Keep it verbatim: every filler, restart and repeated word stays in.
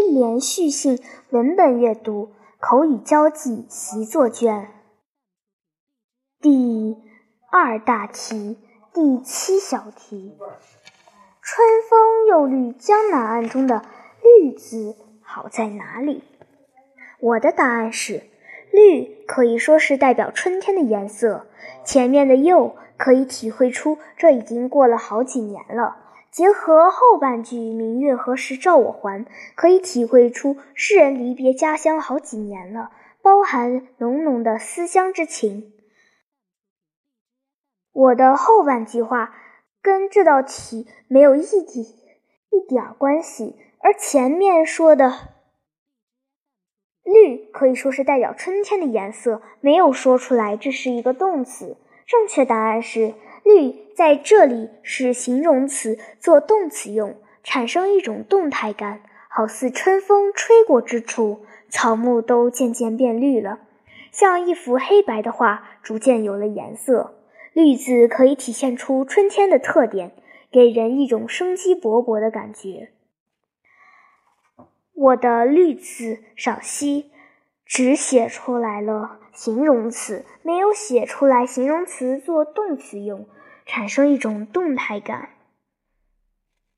连续性文本阅读，口语交际习作卷。第二大题，第七小题。春风又绿江南岸中的绿字好在哪里？我的答案是，绿可以说是代表春天的颜色，前面的又可以体会出这已经过了好几年了，结合后半句明月何时照我还，可以体会出诗人离别家乡好几年了，包含浓浓的思乡之情。我的后半句话跟这道题没有一点一点关系，而前面说的绿可以说是代表春天的颜色，没有说出来这是一个动词。正确答案是，绿在这里是形容词做动词用，产生一种动态感，好似春风吹过之处，草木都渐渐变绿了，像一幅黑白的画逐渐有了颜色。绿字可以体现出春天的特点，给人一种生机勃勃的感觉。我的绿字赏析只写出来了形容词，没有写出来形容词做动词用，产生一种动态感。